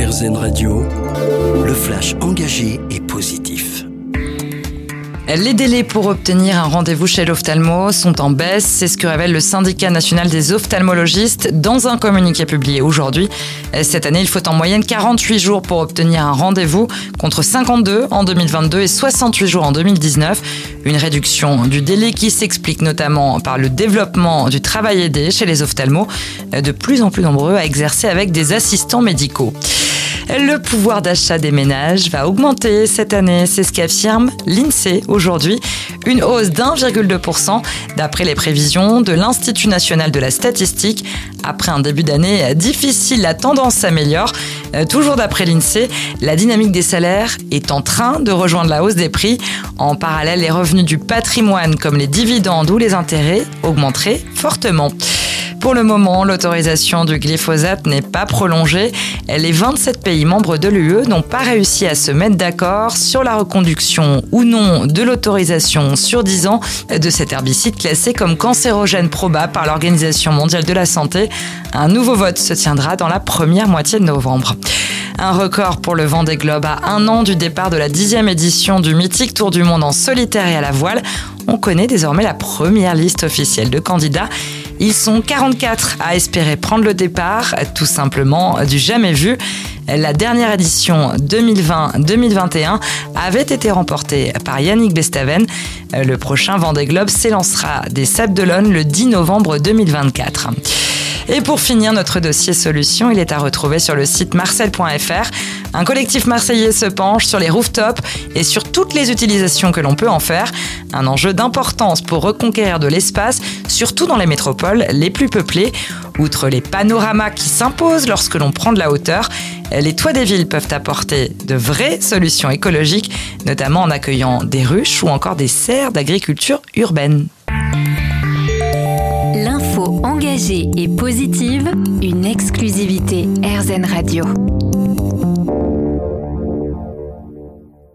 RZN Radio, le flash engagé et positif. Les délais pour obtenir un rendez-vous chez l'ophtalmo sont en baisse, c'est ce que révèle le syndicat national des ophtalmologistes dans un communiqué publié aujourd'hui. Cette année, il faut en moyenne 48 jours pour obtenir un rendez-vous, contre 52 en 2022 et 68 jours en 2019. Une réduction du délai qui s'explique notamment par le développement du travail aidé chez les ophtalmos, de plus en plus nombreux à exercer avec des assistants médicaux. Le pouvoir d'achat des ménages va augmenter cette année, c'est ce qu'affirme l'INSEE aujourd'hui. Une hausse d'1,2% d'après les prévisions de l'Institut national de la statistique. Après un début d'année difficile, la tendance s'améliore. Toujours d'après l'INSEE, la dynamique des salaires est en train de rejoindre la hausse des prix. En parallèle, les revenus du patrimoine comme les dividendes ou les intérêts augmenteraient fortement. Pour le moment, l'autorisation du glyphosate n'est pas prolongée. Les 27 pays membres de l'UE n'ont pas réussi à se mettre d'accord sur la reconduction ou non de l'autorisation sur 10 ans de cet herbicide classé comme cancérogène probable par l'Organisation mondiale de la santé. Un nouveau vote se tiendra dans la première moitié de novembre. Un record pour le Vendée Globe à 1 an du départ de la 10e édition du mythique Tour du Monde en solitaire et à la voile. On connaît désormais la première liste officielle de candidats. Ils sont 44 à espérer prendre le départ, tout simplement du jamais vu. La dernière édition 2020-2021 avait été remportée par Yannick Bestaven. Le prochain Vendée Globe s'élancera des Sables-d'Olonne le 10 novembre 2024. Et pour finir notre dossier solution, il est à retrouver sur le site marcel.fr. Un collectif marseillais se penche sur les rooftops et sur toutes les utilisations que l'on peut en faire. Un enjeu d'importance pour reconquérir de l'espace, surtout dans les métropoles les plus peuplées. Outre les panoramas qui s'imposent lorsque l'on prend de la hauteur, les toits des villes peuvent apporter de vraies solutions écologiques, notamment en accueillant des ruches ou encore des serres d'agriculture urbaine. L'info engagée et positive, une exclusivité RZN Radio.